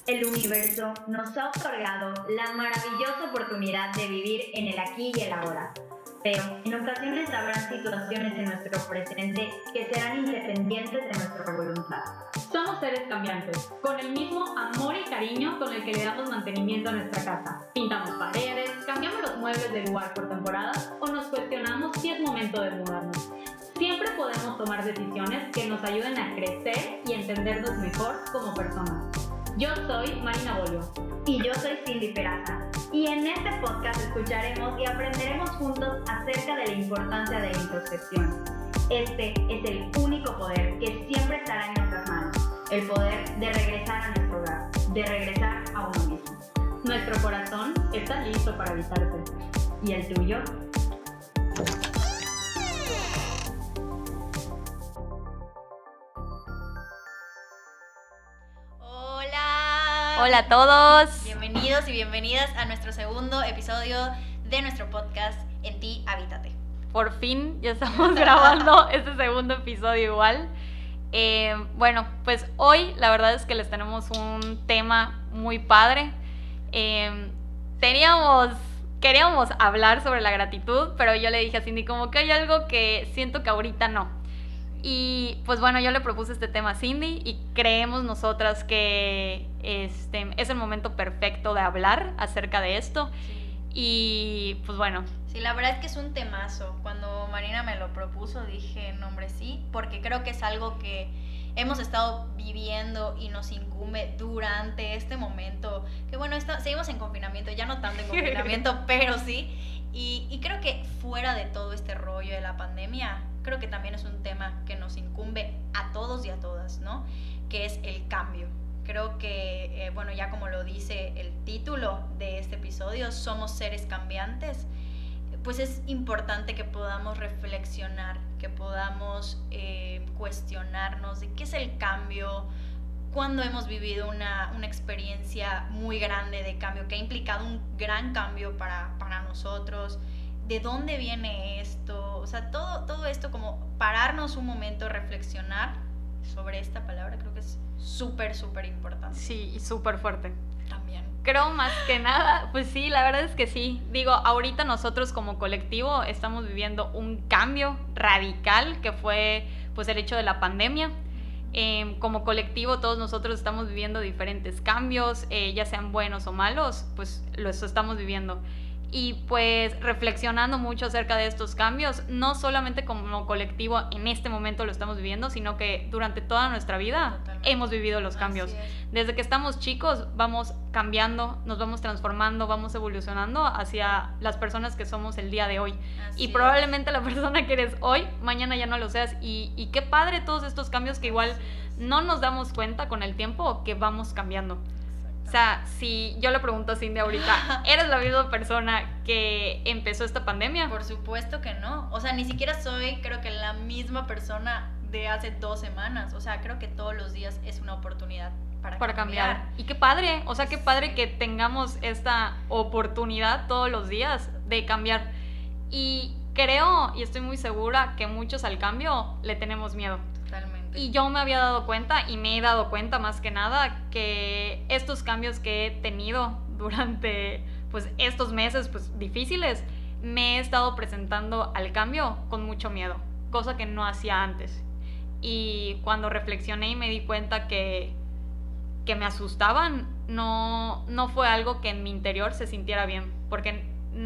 El universo nos ha otorgado la maravillosa oportunidad de vivir en el aquí y el ahora. Pero en ocasiones habrán situaciones en nuestro presente que serán independientes de nuestra voluntad. Somos seres cambiantes, con el mismo amor y cariño con el que le damos mantenimiento a nuestra casa. Pintamos paredes, cambiamos los muebles de lugar por temporadas o nos cuestionamos si es momento de mudarnos. Siempre podemos tomar decisiones que nos ayuden a crecer y entendernos mejor como personas. Yo soy Marina Bolio. Y yo soy Cindy Peraza. Y en este podcast escucharemos y aprenderemos juntos acerca de la importancia de la introspección. Este es el único poder que siempre estará en nuestras manos. El poder de regresar a nuestro hogar, de regresar a uno mismo. Nuestro corazón está listo para avisarse. ¿Y el tuyo? Hola a todos. Bienvenidos y bienvenidas a nuestro segundo episodio de nuestro podcast En Ti Habítate. Por fin ya estamos grabando este segundo episodio igual. Bueno, pues hoy la verdad es que les tenemos un tema muy padre. Queríamos hablar sobre la gratitud, pero yo le dije a Cindy como que hay algo que siento que ahorita no. Y pues bueno, yo le propuse este tema a Cindy y creemos nosotras que es el momento perfecto de hablar acerca de esto. Sí. Y pues bueno. Sí, la verdad es que es un temazo. Cuando Marina me lo propuso dije, no hombre, sí, porque creo que es algo que hemos estado viviendo y nos incumbe durante este momento. Que bueno, seguimos en confinamiento, ya no tanto en confinamiento, pero sí. Y creo que fuera de todo este rollo de la pandemia, creo que también es un tema que nos incumbe a todos y a todas, ¿no? Que es el cambio. Creo que, bueno, ya como lo dice el título de este episodio, somos seres cambiantes, pues es importante que podamos reflexionar, que podamos cuestionarnos de qué es el cambio, cuando hemos vivido una experiencia muy grande de cambio, que ha implicado un gran cambio para nosotros, de dónde viene esto, o sea, todo esto, como pararnos un momento, reflexionar sobre esta palabra, creo que es súper importante. Sí, y súper fuerte. También. Creo más que nada, pues sí, la verdad es que sí. Digo, ahorita nosotros como colectivo estamos viviendo un cambio radical que fue pues el hecho de la pandemia. Como colectivo todos nosotros estamos viviendo diferentes cambios, ya sean buenos o malos, pues los estamos viviendo. Y pues reflexionando mucho acerca de estos cambios, no solamente como colectivo en este momento lo estamos viviendo, sino que durante toda nuestra vida hemos vivido los cambios. Desde que estamos chicos vamos cambiando, nos vamos transformando, vamos evolucionando hacia las personas que somos el día de hoy. Y probablemente la persona que eres hoy, mañana ya no lo seas. Y qué padre todos estos cambios que igual no nos damos cuenta con el tiempo que vamos cambiando. O sea, si yo le pregunto a Cindy ahorita, ¿eres la misma persona que empezó esta pandemia? Por supuesto que no. O sea, ni siquiera soy, creo que la misma persona de hace 2 semanas. O sea, creo que todos los días es una oportunidad para cambiar. Y qué padre, o sea, qué padre que tengamos esta oportunidad todos los días de cambiar. Y creo, y estoy muy segura, que muchos al cambio le tenemos miedo. Totalmente. Y yo me había dado cuenta, y me he dado cuenta más que nada, que estos cambios que he tenido durante pues, estos meses pues, difíciles, me he estado presentando al cambio con mucho miedo, cosa que no hacía antes. Y cuando reflexioné y me di cuenta que me asustaban, no fue algo que en mi interior se sintiera bien, porque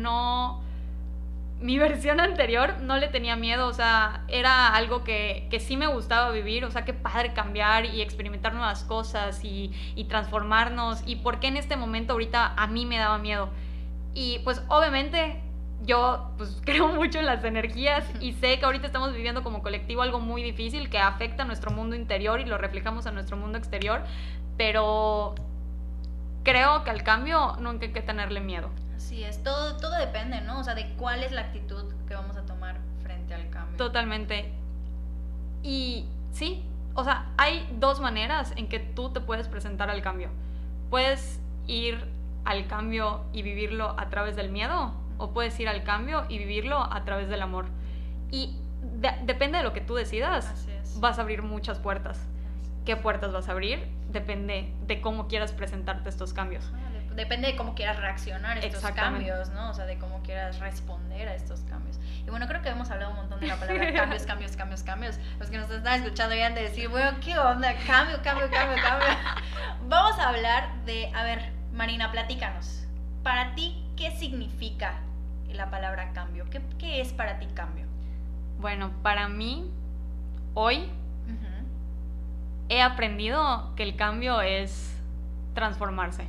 mi versión anterior no le tenía miedo, o sea, era algo que sí me gustaba vivir, o sea, qué padre cambiar y experimentar nuevas cosas y transformarnos, y por qué en este momento ahorita a mí me daba miedo. Y pues obviamente yo pues creo mucho en las energías y sé que ahorita estamos viviendo como colectivo algo muy difícil que afecta a nuestro mundo interior y lo reflejamos a nuestro mundo exterior, pero creo que al cambio nunca hay que tenerle miedo. Así es, todo depende, ¿no? O sea, de cuál es la actitud que vamos a tomar frente al cambio. Totalmente. Y sí, o sea, hay 2 maneras en que tú te puedes presentar al cambio. Puedes ir al cambio y vivirlo a través del miedo, o puedes ir al cambio y vivirlo a través del amor. Y depende de lo que tú decidas, vas a abrir muchas puertas. qué puertas vas a abrir, depende de cómo quieras presentarte estos cambios. Depende de cómo quieras reaccionar a estos Exactamente. cambios, ¿no? O sea, de cómo quieras responder a estos cambios. Y bueno, creo que hemos hablado un montón de la palabra cambios, cambios, cambios, cambios. Los que nos están escuchando ya han de decir, bueno, ¿qué onda? Cambio, cambio, cambio, cambio. Vamos a hablar de, a ver, Marina, platícanos. Para ti, ¿qué significa la palabra cambio? ¿Qué es para ti cambio? Bueno, para mí, hoy Ujú. he aprendido que el cambio es transformarse.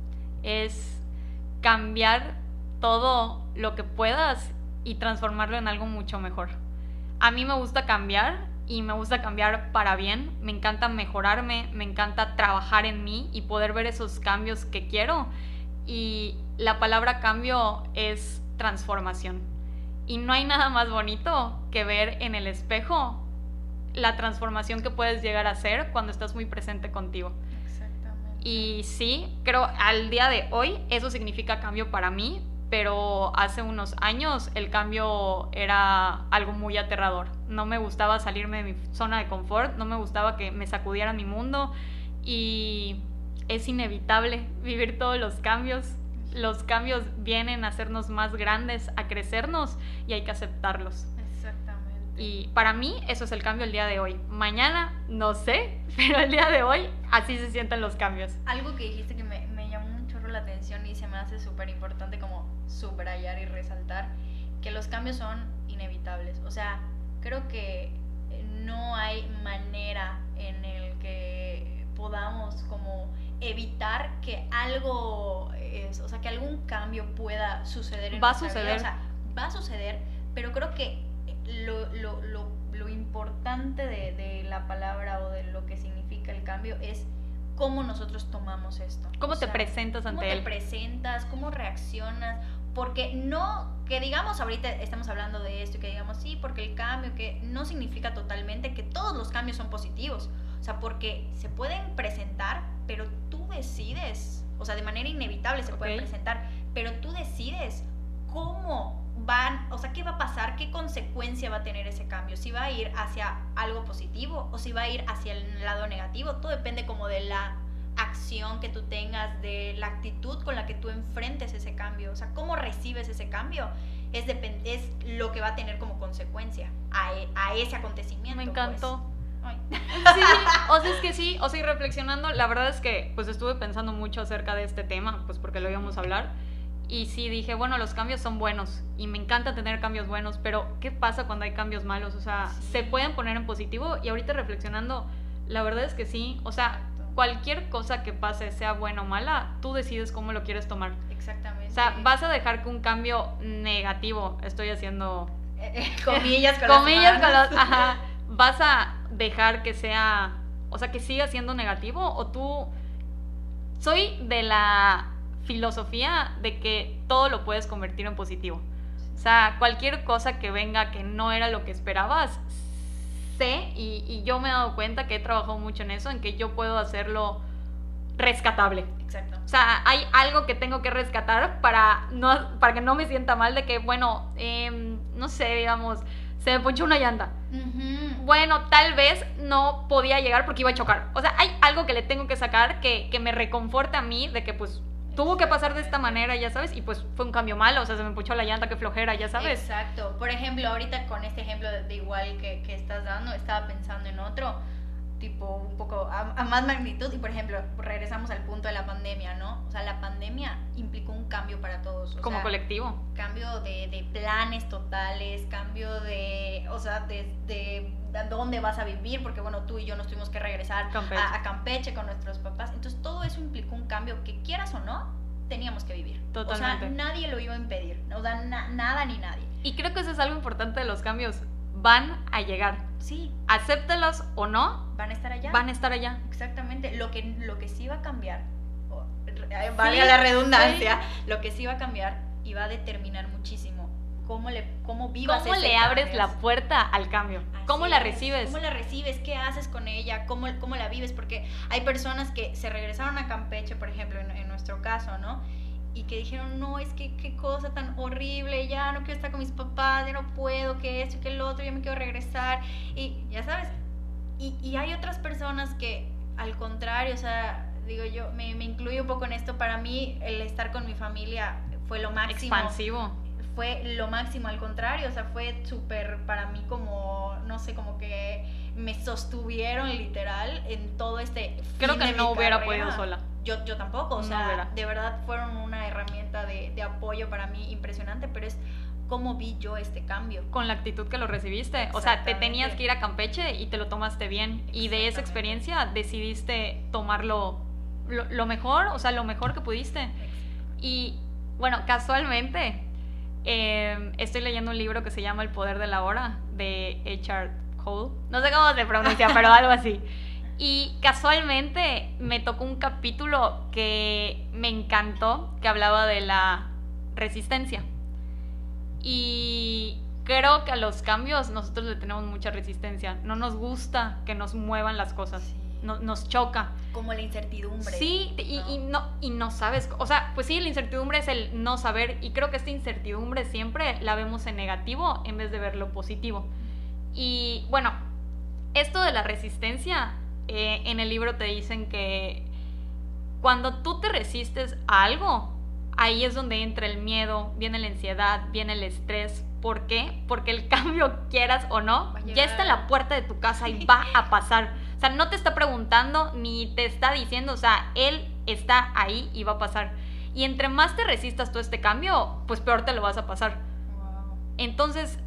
Es cambiar todo lo que puedas y transformarlo en algo mucho mejor. A mí me gusta cambiar y me gusta cambiar para bien. Me encanta mejorarme, me encanta trabajar en mí y poder ver esos cambios que quiero. Y la palabra cambio es transformación. Y no hay nada más bonito que ver en el espejo la transformación que puedes llegar a hacer cuando estás muy presente contigo. Exactamente. Y sí, creo al día de hoy eso significa cambio para mí, pero hace unos años el cambio era algo muy aterrador. No me gustaba salirme de mi zona de confort, no me gustaba que me sacudieran mi mundo y es inevitable vivir todos los cambios. Los cambios vienen a hacernos más grandes, a crecernos y hay que aceptarlos. Exactamente. Y para mí eso es el cambio el día de hoy. Mañana no sé, pero el día de hoy así se sienten los cambios. Algo que dijiste que me llamó un chorro la atención y se me hace súper importante como subrayar y resaltar, que los cambios son inevitables. O sea, creo que no hay manera en el que podamos como evitar que algo, o sea, que algún cambio pueda suceder en Va a nuestra vida. suceder. O sea, va a suceder, pero creo que lo importante de la palabra o de lo que significa el cambio es cómo nosotros tomamos esto. ¿Cómo O te sea, presentas ante ¿cómo él? te presentas? ¿Cómo reaccionas? Porque no, que digamos ahorita estamos hablando de esto y que digamos sí, porque el cambio, que no significa totalmente que todos los cambios son positivos. O sea, porque se pueden presentar, pero tú decides, o sea, de manera inevitable se pueden Ok. presentar, pero tú decides cómo van, o sea, qué va a pasar, qué consecuencia va a tener ese cambio, si va a ir hacia algo positivo o si va a ir hacia el lado negativo. Todo depende como de la acción que tú tengas, de la actitud con la que tú enfrentes ese cambio. O sea, cómo recibes ese cambio es lo que va a tener como consecuencia a ese acontecimiento. Me encantó. Pues. Ay. Sí, o sea, es que sí, o sea, y reflexionando, la verdad es que pues estuve pensando mucho acerca de este tema, pues porque lo íbamos a hablar, y sí dije, bueno, los cambios son buenos, y me encanta tener cambios buenos, pero ¿qué pasa cuando hay cambios malos? O sea, Sí. se pueden poner en positivo, y ahorita reflexionando, la verdad es que sí, o sea, Exacto. cualquier cosa que pase, sea buena o mala, tú decides cómo lo quieres tomar. Exactamente. O sea, vas a dejar que un cambio negativo, estoy haciendo comillas con comillas con las los, manos. ajá, vas a dejar que sea, o sea, que siga siendo negativo, o tú, soy de la filosofía de que todo lo puedes convertir en positivo. O sea, cualquier cosa que venga que no era lo que esperabas, sé, y yo me he dado cuenta que he trabajado mucho en eso, en que yo puedo hacerlo rescatable. Exacto. O sea, hay algo que tengo que rescatar para que no me sienta mal de que, bueno, no sé, digamos, se me ponchó una llanta. Ujú. Bueno, tal vez no podía llegar porque iba a chocar. O sea, hay algo que le tengo que sacar que me reconforte a mí de que pues tuvo que pasar de esta manera, ya sabes, y pues fue un cambio malo, o sea, se me ponchó la llanta, qué flojera, ya sabes. Exacto. Por ejemplo, ahorita con este ejemplo de igual que estás dando, estaba pensando en otro, tipo un poco a más magnitud. Y por ejemplo, regresamos al punto de la pandemia, ¿no? O sea, la pandemia implicó un cambio para todos. O Como sea, colectivo. cambio de planes totales, cambio de, o sea, de dónde vas a vivir, porque bueno, tú y yo nos tuvimos que regresar Campeche. a Campeche con nuestros papás. Entonces todo eso implicó un cambio que quieras o no, teníamos que vivir. Totalmente. O sea, nadie lo iba a impedir, o sea, nada ni nadie. Y creo que eso es algo importante de los cambios. Van a llegar. Sí, Acéptalos o no, van a estar allá. van a estar allá. Exactamente, lo que sí va a cambiar, valga la redundancia, lo que sí va a cambiar y va a determinar muchísimo cómo vivas ¿Cómo ese le abres cambio. la puerta al cambio? Así ¿Cómo la es. recibes? ¿Cómo la recibes? ¿Qué haces con ella? ¿Cómo la vives? Porque hay personas que se regresaron a Campeche, por ejemplo, en nuestro caso, ¿no? Y que dijeron, no, es que qué cosa tan horrible, ya no quiero estar con mis papás, ya no puedo, que esto y que el otro, ya me quiero regresar. Y ya sabes, Y hay otras personas que, al contrario, o sea, digo yo, me incluyo un poco en esto. Para mí, el estar con mi familia fue lo máximo. Expansivo. Fue lo máximo, al contrario, o sea, fue súper para mí como, no sé, como que me sostuvieron literal en todo este Creo fin que de no mi hubiera carrera. podido sola. Yo tampoco, o No sea, hubiera. de verdad fueron una herramienta de apoyo para mí impresionante, pero es cómo vi yo este cambio. Con la actitud que lo recibiste. O sea, te Exactamente. tenías que ir a Campeche y te lo tomaste bien. Y de esa Exactamente. experiencia decidiste tomarlo lo mejor, o sea, lo mejor que pudiste. Y bueno, casualmente estoy leyendo un libro que se llama El Poder de la Hora, de Eckhart Tolle. No sé cómo se pronuncia, pero algo así. Y casualmente me tocó un capítulo que me encantó, que hablaba de la resistencia. Y creo que a los cambios nosotros le tenemos mucha resistencia. No nos gusta que nos muevan las cosas. Sí. Nos choca. Como la incertidumbre. Sí, y no sabes. O sea, pues sí, la incertidumbre es el no saber. Y creo que esta incertidumbre siempre la vemos en negativo en vez de verlo positivo. Y bueno, esto de la resistencia, en el libro te dicen que cuando tú te resistes a algo, ahí es donde entra el miedo, viene la ansiedad, viene el estrés. ¿Por qué? Porque el cambio, quieras o no, ya está en la puerta de tu casa y va a pasar. O sea, no te está preguntando ni te está diciendo, o sea, él está ahí y va a pasar. Y entre más te resistas tú a este cambio, pues peor te lo vas a pasar. Wow. Entonces,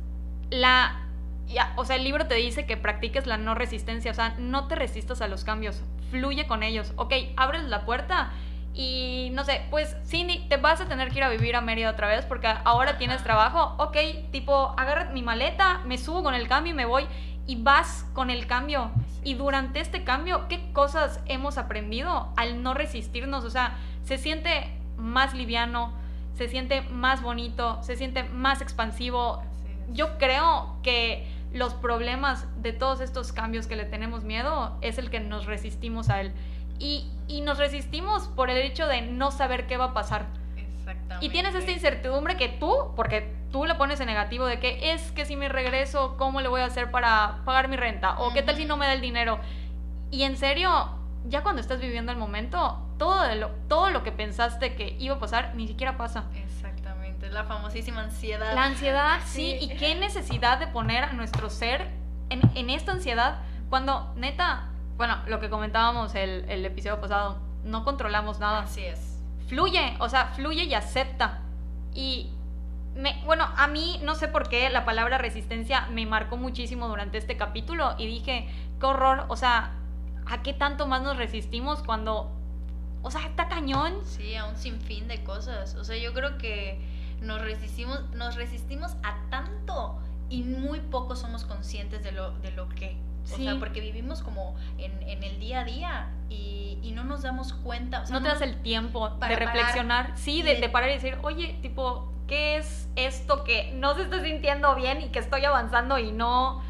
o sea, el libro te dice que practiques la no resistencia, o sea, no te resistas a los cambios, fluye con ellos. Ok, abres la puerta y no sé, pues Cindy, te vas a tener que ir a vivir a Mérida otra vez porque ahora tienes trabajo. Ok, tipo, agarra mi maleta, me subo con el cambio y me voy. Y vas con el cambio. Y durante este cambio, ¿qué cosas hemos aprendido al no resistirnos? O sea, se siente más liviano, se siente más bonito, se siente más expansivo. Así es. Yo creo que los problemas de todos estos cambios que le tenemos miedo es el que nos resistimos a él. Y nos resistimos por el hecho de no saber qué va a pasar. Exactamente. Y tienes esta incertidumbre que porque tú le pones en negativo de que es que si me regreso, ¿cómo le voy a hacer para pagar mi renta? O qué tal si no me da el dinero. Y en serio, ya cuando estás viviendo el momento, todo lo que pensaste que iba a pasar, ni siquiera pasa. Exactamente, es la famosísima ansiedad. La ansiedad, sí, y qué necesidad de poner a nuestro ser en esta ansiedad cuando, neta, bueno, lo que comentábamos el episodio pasado, no controlamos nada. Así es. Fluye, o sea, fluye y acepta. Y bueno, a mí no sé por qué la palabra resistencia me marcó muchísimo durante este capítulo y dije, qué horror, o sea, ¿a qué tanto más nos resistimos cuando, o sea, está cañón? Sí, a un sinfín de cosas. O sea, yo creo que nos resistimos a tanto y muy poco somos conscientes de lo que. O Sí. sea, porque vivimos como en el día a día y no nos damos cuenta. O sea, No te das el tiempo para de reflexionar, parar sí, y de de- parar y decir, oye, tipo, ¿qué es esto que no se está sintiendo bien y que estoy avanzando y no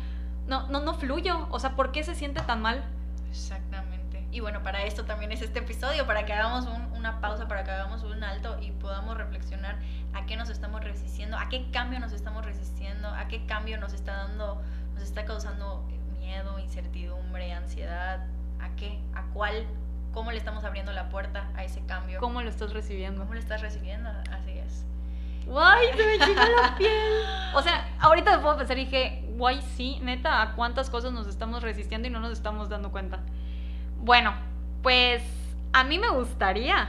fluyo? O sea, ¿por qué se siente tan mal? Exactamente. Y bueno, para esto también es este episodio, para que hagamos una pausa, para que hagamos un alto y podamos reflexionar a qué nos estamos resistiendo, a qué cambio nos estamos resistiendo, a qué cambio nos está causando miedo, incertidumbre, ansiedad, a qué, a cuál, cómo le estamos abriendo la puerta a ese cambio. ¿Cómo lo estás recibiendo? ¿Cómo lo estás recibiendo? Así es. ¡Guay! Se me chinó la piel. O sea, ahorita me puedo pensar y dije, guay, sí, neta, ¿a cuántas cosas nos estamos resistiendo y no nos estamos dando cuenta? Bueno, pues a mí me gustaría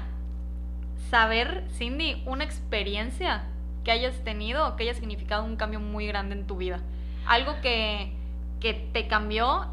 saber, Cindy, una experiencia que hayas tenido, que haya significado un cambio muy grande en tu vida. Algo que te cambió,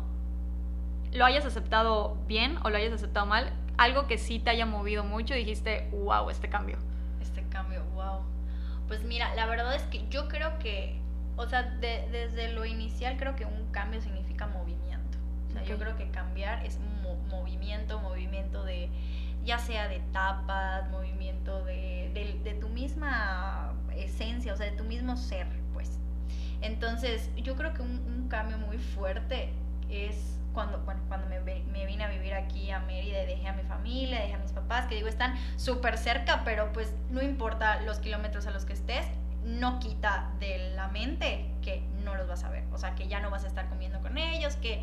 lo hayas aceptado bien o lo hayas aceptado mal, algo que sí te haya movido mucho y dijiste, wow, este cambio. Este cambio, wow. Pues mira, la verdad es que yo creo que, o sea, desde lo inicial creo que un cambio significa movimiento. O sea, yo Ok. creo que cambiar es movimiento de, ya sea de etapas, movimiento de tu misma esencia, o sea, de tu mismo ser, pues. Entonces, yo creo que un cambio muy fuerte es cuando me vine a vivir aquí a Mérida y dejé a mi familia, dejé a mis papás, que digo, están súper cerca, pero pues no importa los kilómetros a los que estés, no quita de la mente que no los vas a ver, o sea, que ya no vas a estar comiendo con ellos, que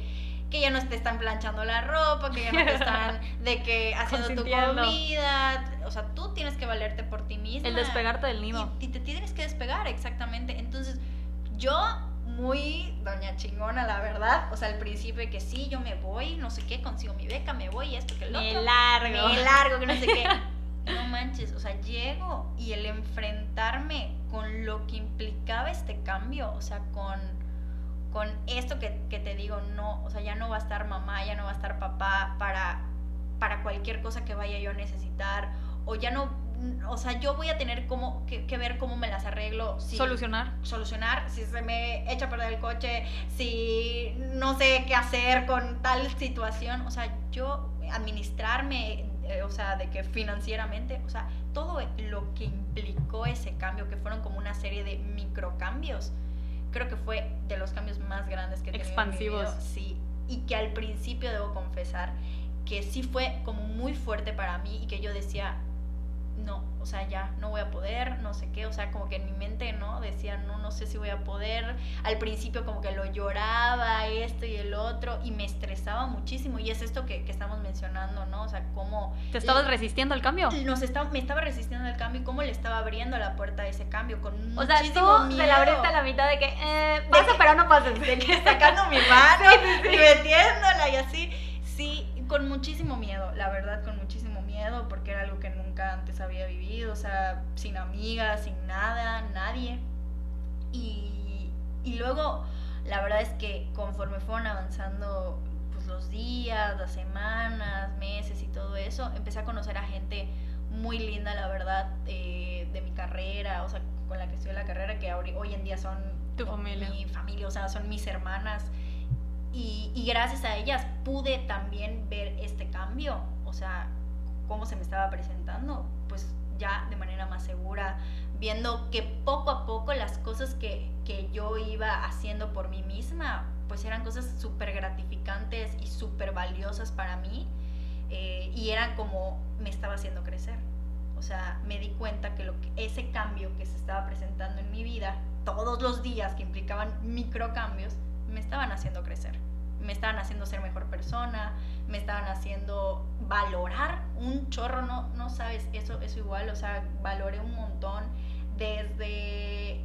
que ya no te están planchando la ropa, que ya no te están de que haciendo tu Consintiendo. comida, o sea, tú tienes que valerte por ti misma. El despegarte del nido. Y te tienes que despegar, exactamente. Entonces, yo muy doña chingona, la verdad, o sea, al principio de que sí, yo me voy, no sé qué, consigo mi beca, me voy, esto, que el Me otro. largo. Me largo, que no sé qué. No manches, o sea, llego y el enfrentarme con lo que implicaba este cambio, o sea, con esto que te digo, no, o sea, ya no va a estar mamá, ya no va a estar papá para cualquier cosa que vaya yo a necesitar, o ya no, o sea, yo voy a tener que ver cómo me las arreglo. Solucionar. Si se me echa a perder el coche, si no sé qué hacer con tal situación, o sea, yo administrarme, o sea, de que financieramente, o sea, todo lo que implicó ese cambio, que fueron como una serie de microcambios, creo que fue de los cambios más grandes que he tenido Expansivos. en mi vida, sí, y que al principio debo confesar que sí fue como muy fuerte para mí y que yo decía, no, o sea, ya no voy a poder, no sé qué, o sea, como que en mi mente, ¿no? Decía, no sé si voy a poder. Al principio como que lo lloraba, esto y el otro, y me estresaba muchísimo, y es esto que estamos mencionando, ¿no? O sea, cómo... ¿Te estabas resistiendo al cambio? me estaba resistiendo al cambio, y cómo le estaba abriendo la puerta a ese cambio, con muchísimo O sea, tú miedo. te la abriste a la mitad de que pasa, pero no pases. De que sacando mi mano y metiéndola y así, sí, con muchísimo miedo, la verdad, con muchísimo miedo, porque era algo que nunca antes había vivido, o sea, sin amigas, sin nada, nadie. Y luego, la verdad es que conforme fueron avanzando pues, los días, las semanas, meses y todo eso, empecé a conocer a gente muy linda, la verdad, de mi carrera, o sea, con la que estudié la carrera, que hoy en día son Tu familia. mi familia, o sea, son mis hermanas. Y gracias a ellas pude también ver este cambio, o sea, cómo se me estaba presentando, pues ya de manera más segura, viendo que poco a poco las cosas que yo iba haciendo por mí misma, pues eran cosas súper gratificantes y súper valiosas para mí, y eran como me estaba haciendo crecer. O sea, me di cuenta que ese cambio que se estaba presentando en mi vida, todos los días que implicaban microcambios, me estaban haciendo crecer. Me estaban haciendo ser mejor persona, me estaban haciendo valorar un chorro, no sabes, eso igual, o sea, valoré un montón, desde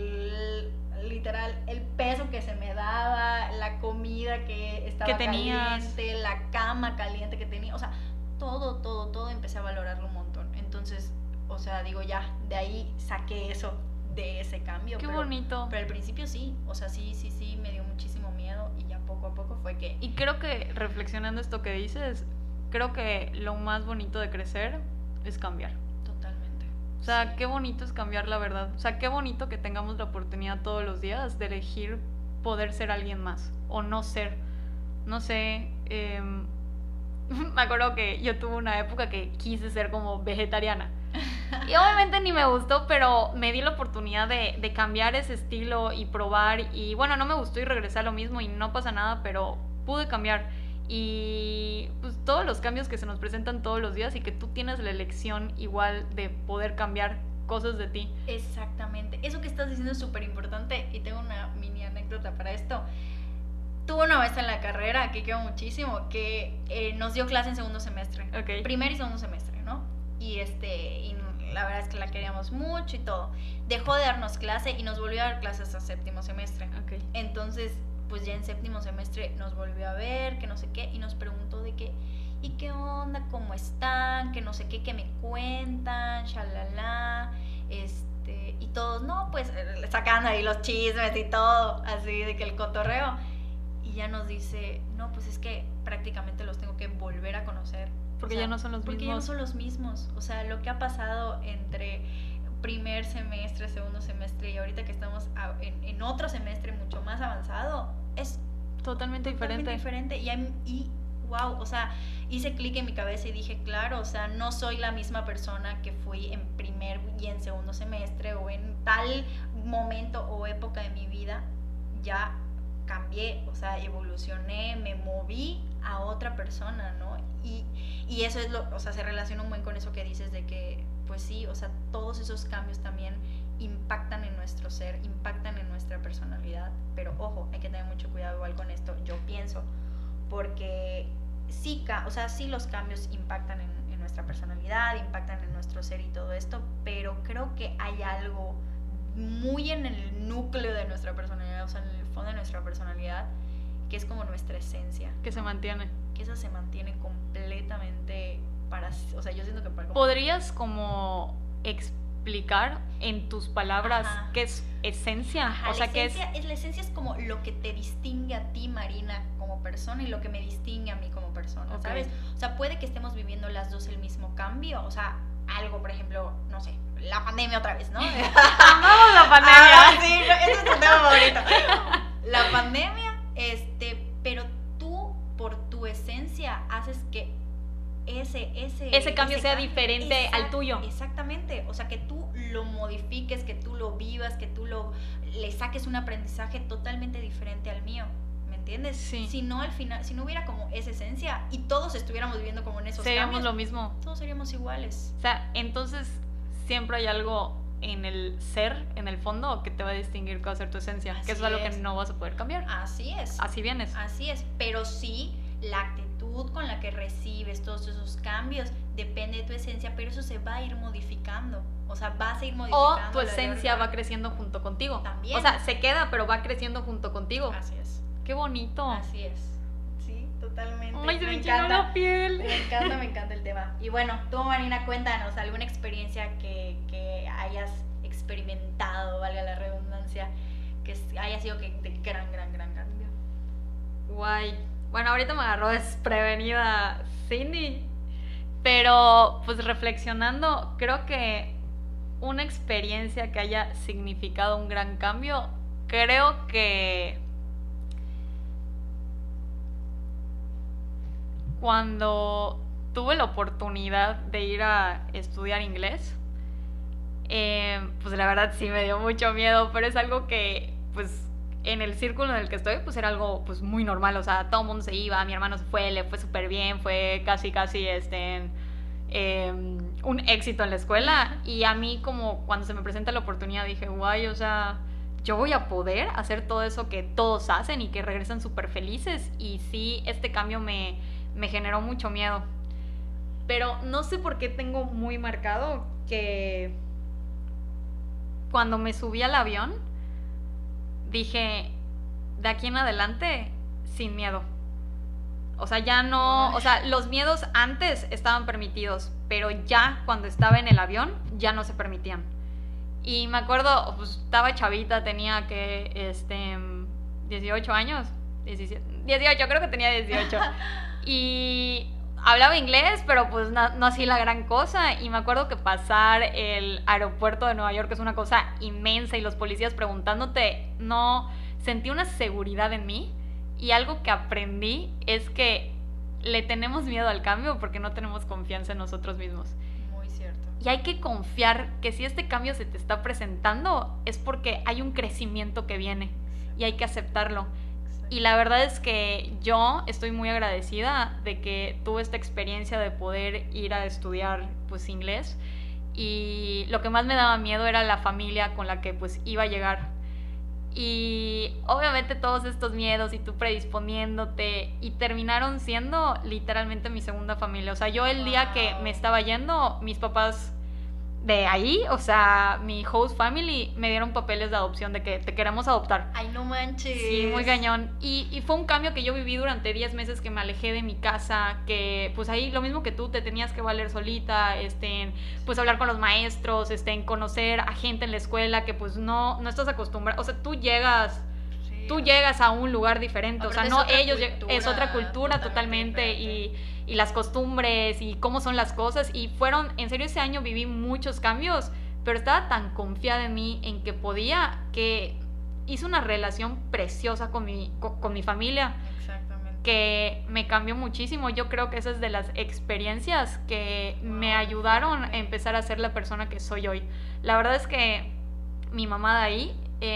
literal, el peso que se me daba, la comida que estaba caliente, la cama caliente que tenía, o sea, todo empecé a valorarlo un montón. Entonces, o sea, digo, ya, de ahí saqué eso de ese cambio. Qué bonito. Pero al principio sí, o sea, sí, me dio muchísimo miedo, y ya poco a poco fue que... Y creo que, reflexionando esto que dices, creo que lo más bonito de crecer es cambiar. Totalmente. O sea, Sí. qué bonito es cambiar, la verdad. O sea, qué bonito que tengamos la oportunidad todos los días de elegir poder ser alguien más o no ser. No sé, me acuerdo que yo tuve una época que quise ser como vegetariana. Y obviamente ni me gustó, pero me di la oportunidad de cambiar ese estilo y probar. Y bueno, no me gustó y regresé a lo mismo y no pasa nada, pero pude cambiar. Y pues todos los cambios que se nos presentan todos los días y que tú tienes la elección igual de poder cambiar cosas de ti. Exactamente. Eso que estás diciendo es súper importante, y tengo una mini anécdota para esto. Tuve una vez en la carrera, que quiero muchísimo, que nos dio clase en segundo semestre. Ok. Primer y segundo semestre, ¿no? Y la verdad es que la queríamos mucho y todo. Dejó de darnos clase y nos volvió a dar clases hasta séptimo semestre. Ok. Entonces, pues ya en séptimo semestre nos volvió a ver, que no sé qué, y nos preguntó de qué, ¿y qué onda? ¿Cómo están? Que no sé qué me cuentan, shalala, y todos, no, pues sacando ahí los chismes y todo, así de que el cotorreo. Y ya nos dice, no, pues es que prácticamente los tengo que volver a conocer. Porque O sea, ya no son los porque mismos. ya no son los mismos. O sea, lo que ha pasado entre primer semestre, segundo semestre y ahorita que estamos en otro semestre mucho más avanzado, es Totalmente diferente. Y wow, o sea, hice clic en mi cabeza y dije, claro, o sea, no soy la misma persona que fui en primer y en segundo semestre o en tal momento o época de mi vida. Ya cambié, o sea, evolucioné, me moví a otra persona, ¿no? Y eso es o sea, se relaciona un buen con eso que dices de que, pues sí, o sea, todos esos cambios también impactan en nuestro ser, impactan en nuestra personalidad, pero ojo, hay que tener mucho cuidado igual con esto, yo pienso, porque sí, o sea, sí los cambios impactan en nuestra personalidad, impactan en nuestro ser y todo esto, pero creo que hay algo muy en el núcleo de nuestra personalidad, o sea, en el fondo de nuestra personalidad, que es como nuestra esencia. Que se mantiene. Que esa se mantiene completamente o sea, yo siento que para... ¿Podrías como explicar en tus palabras qué es esencia? Ajá, o sea, la esencia es como lo que te distingue a ti, Marina, como persona, y lo que me distingue a mí como persona, ¿sabes? O sea, puede que estemos viviendo las dos el mismo cambio, o sea, algo, por ejemplo, no sé, la pandemia otra vez, ¿no? Amamos la pandemia. Sí, ese es tu tema favorito. La pandemia, pero tú, por tu esencia, haces que ese cambio sea diferente al tuyo. Exactamente, o sea, que tú lo modifiques, que tú lo vivas, que tú le saques un aprendizaje totalmente diferente al mío, ¿me entiendes? Sí. Si no, al final, si no hubiera como esa esencia y todos estuviéramos viviendo como en esos seríamos cambios, lo mismo. todos seríamos iguales. O sea, entonces siempre hay algo en el ser, en el fondo, que te va a distinguir que va a ser tu esencia, que eso es algo que no vas a poder cambiar. Así es. Así vienes. Así es, pero sí la actitud con la que recibes todos esos cambios depende de tu esencia, pero eso se va a ir modificando. O sea, vas a ir modificando. O tu esencia va creciendo junto contigo. También. O sea, se queda, pero va creciendo junto contigo. Así es. Qué bonito. Así es. Sí, totalmente. Ay, se me enchinó la piel. Me encanta el tema. Y bueno, tú, Marina, cuéntanos alguna experiencia que hayas experimentado, valga la redundancia, que haya sido de gran cambio. Guay. Bueno, ahorita me agarró desprevenida Cindy, pero pues reflexionando, creo que una experiencia que haya significado un gran cambio, creo que cuando tuve la oportunidad de ir a estudiar inglés, pues la verdad sí me dio mucho miedo, pero es algo que pues en el círculo en el que estoy, pues era algo pues muy normal, o sea, todo el mundo se iba, mi hermano se fue, le fue súper bien, fue casi un éxito en la escuela, y a mí como cuando se me presenta la oportunidad dije, guay, o sea, yo voy a poder hacer todo eso que todos hacen y que regresan súper felices, y sí, este cambio me generó mucho miedo, pero no sé por qué tengo muy marcado que cuando me subí al avión dije, de aquí en adelante, sin miedo. O sea, ya no, o sea, los miedos antes estaban permitidos, pero ya cuando estaba en el avión, ya no se permitían. Y me acuerdo, pues estaba chavita, tenía que, 18 años, 18, creo que tenía 18. Y hablaba inglés, pero pues no así la gran cosa. Y me acuerdo que pasar el aeropuerto de Nueva York es una cosa inmensa y los policías preguntándote, no, sentí una seguridad en mí. Y algo que aprendí es que le tenemos miedo al cambio porque no tenemos confianza en nosotros mismos. Muy cierto. Y hay que confiar que si este cambio se te está presentando es porque hay un crecimiento que viene y hay que aceptarlo. Y la verdad es que yo estoy muy agradecida de que tuve esta experiencia de poder ir a estudiar pues inglés, y lo que más me daba miedo era la familia con la que pues iba a llegar. Y obviamente todos estos miedos y tú predisponiéndote, y terminaron siendo literalmente mi segunda familia. O sea, yo el día que me estaba yendo, mis papás de ahí, o sea, mi host family, me dieron papeles de adopción de que te queremos adoptar. Ay, no manches. Sí, muy cañón. Y fue un cambio que yo viví durante 10 meses, que me alejé de mi casa, que pues ahí lo mismo que tú, te tenías que valer solita, pues hablar con los maestros, conocer a gente en la escuela que pues no estás acostumbrada. O sea, tú llegas a un lugar diferente, o sea, no ellos, es otra cultura totalmente, y las costumbres y cómo son las cosas, y fueron, en serio, ese año viví muchos cambios, pero estaba tan confiada en mí, en que podía, que hice una relación preciosa con mi familia. Exactamente. Que me cambió muchísimo. Yo creo que esa es de las experiencias que me ayudaron a empezar a ser la persona que soy hoy. La verdad es que mi mamá de ahí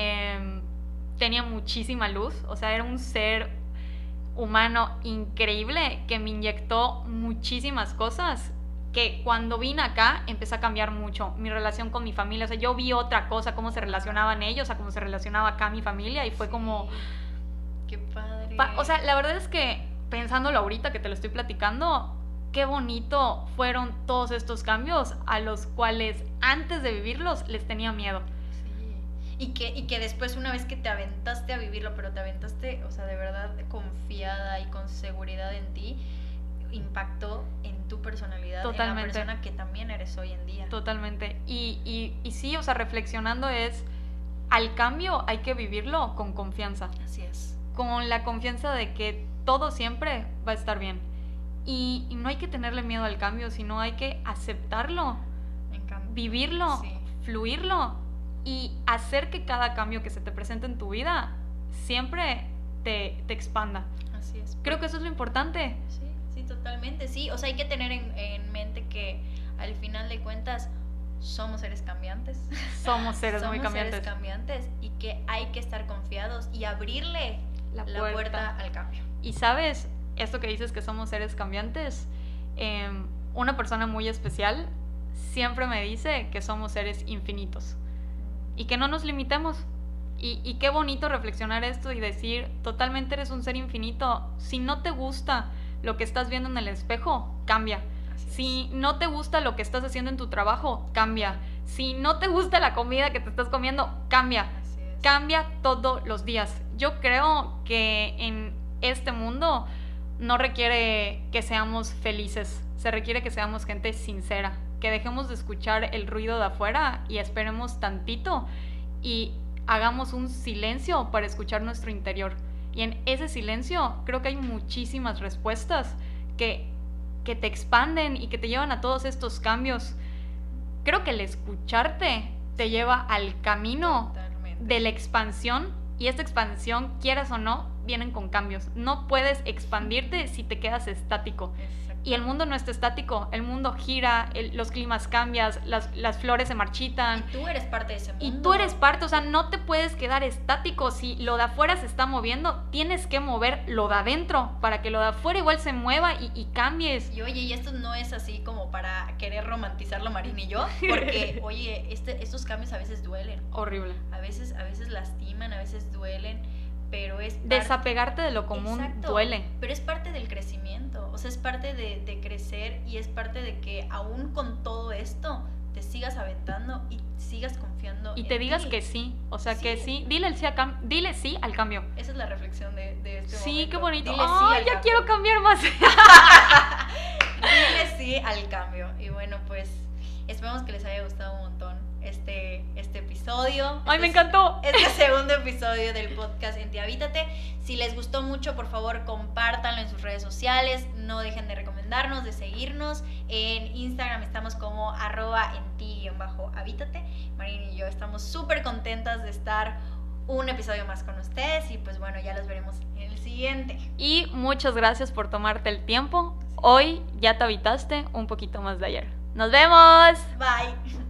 tenía muchísima luz, o sea, era un ser humano increíble que me inyectó muchísimas cosas, que cuando vine acá empecé a cambiar mucho mi relación con mi familia. O sea, yo vi otra cosa, cómo se relacionaban ellos a cómo se relacionaba acá mi familia, y fue como... ¡Qué padre! O sea, la verdad es que pensándolo ahorita que te lo estoy platicando, qué bonito fueron todos estos cambios a los cuales antes de vivirlos les tenía miedo. Sí. Y que después, una vez que te aventaste a vivirlo, pero te aventaste, o sea, de verdad confiada y con seguridad en ti, impactó en tu personalidad, Totalmente. en la persona que también eres hoy en día. Totalmente. Y sí, o sea, reflexionando es, al cambio hay que vivirlo con confianza. Así es. Con la confianza de que todo siempre va a estar bien. Y no hay que tenerle miedo al cambio, sino hay que aceptarlo, vivirlo, sí, fluirlo y hacer que cada cambio que se te presente en tu vida siempre te expanda. Así es. Creo que eso es lo importante. Sí, sí, totalmente, sí. O sea, hay que tener en mente que al final de cuentas somos seres cambiantes. Somos seres muy cambiantes. Seres cambiantes y que hay que estar confiados y abrirle la puerta al cambio. Y sabes, esto que dices que somos seres cambiantes, una persona muy especial siempre me dice que somos seres infinitos y que no nos limitemos. Y qué bonito reflexionar esto y decir, totalmente eres un ser infinito. Si no te gusta lo que estás viendo en el espejo, cambia. Si no te gusta lo que estás haciendo en tu trabajo, cambia. Si no te gusta la comida que te estás comiendo, cambia. Cambia todos los días. Yo creo que en este mundo no requiere que seamos felices, se requiere que seamos gente sincera, que dejemos de escuchar el ruido de afuera y esperemos tantito y hagamos un silencio para escuchar nuestro interior. Y en ese silencio creo que hay muchísimas respuestas que te expanden y que te llevan a todos estos cambios. Creo que el escucharte te lleva al camino de la expansión, y esta expansión, quieras o no, vienen con cambios. No puedes expandirte si te quedas estático. Y el mundo no está estático, el mundo gira, los climas cambian, las flores se marchitan. Y tú eres parte de ese mundo. Y tú eres parte, o sea, no te puedes quedar estático. Si lo de afuera se está moviendo, tienes que mover lo de adentro para que lo de afuera igual se mueva y cambies. Y oye, y esto no es así como para querer romantizarlo Marín y yo, porque oye, estos cambios a veces duelen. Horrible. A veces lastiman, a veces duelen, pero es desapegarte de lo común. Exacto, duele. Pero es parte del crecimiento, o sea, es parte de crecer y es parte de que aún con todo esto te sigas aventando y sigas confiando y en te digas ti. que sí, o sea, Sí. que sí, dile sí al cambio. Esa es la reflexión de este Sí, momento. qué bonito. Dile sí ¡Ay, al ya cambio. quiero cambiar más! Dile sí al cambio. Y bueno, pues esperamos que les haya gustado un montón este episodio. ¡Ay, me encantó! Este segundo episodio del podcast En Ti Habítate. Si les gustó mucho, por favor, compártanlo en sus redes sociales. No dejen de recomendarnos, de seguirnos. En Instagram estamos como @enti_habítate. Marín y yo estamos súper contentas de estar un episodio más con ustedes. Y pues bueno, ya los veremos en el siguiente. Y muchas gracias por tomarte el tiempo. Hoy ya te habitaste un poquito más de ayer. ¡Nos vemos! Bye.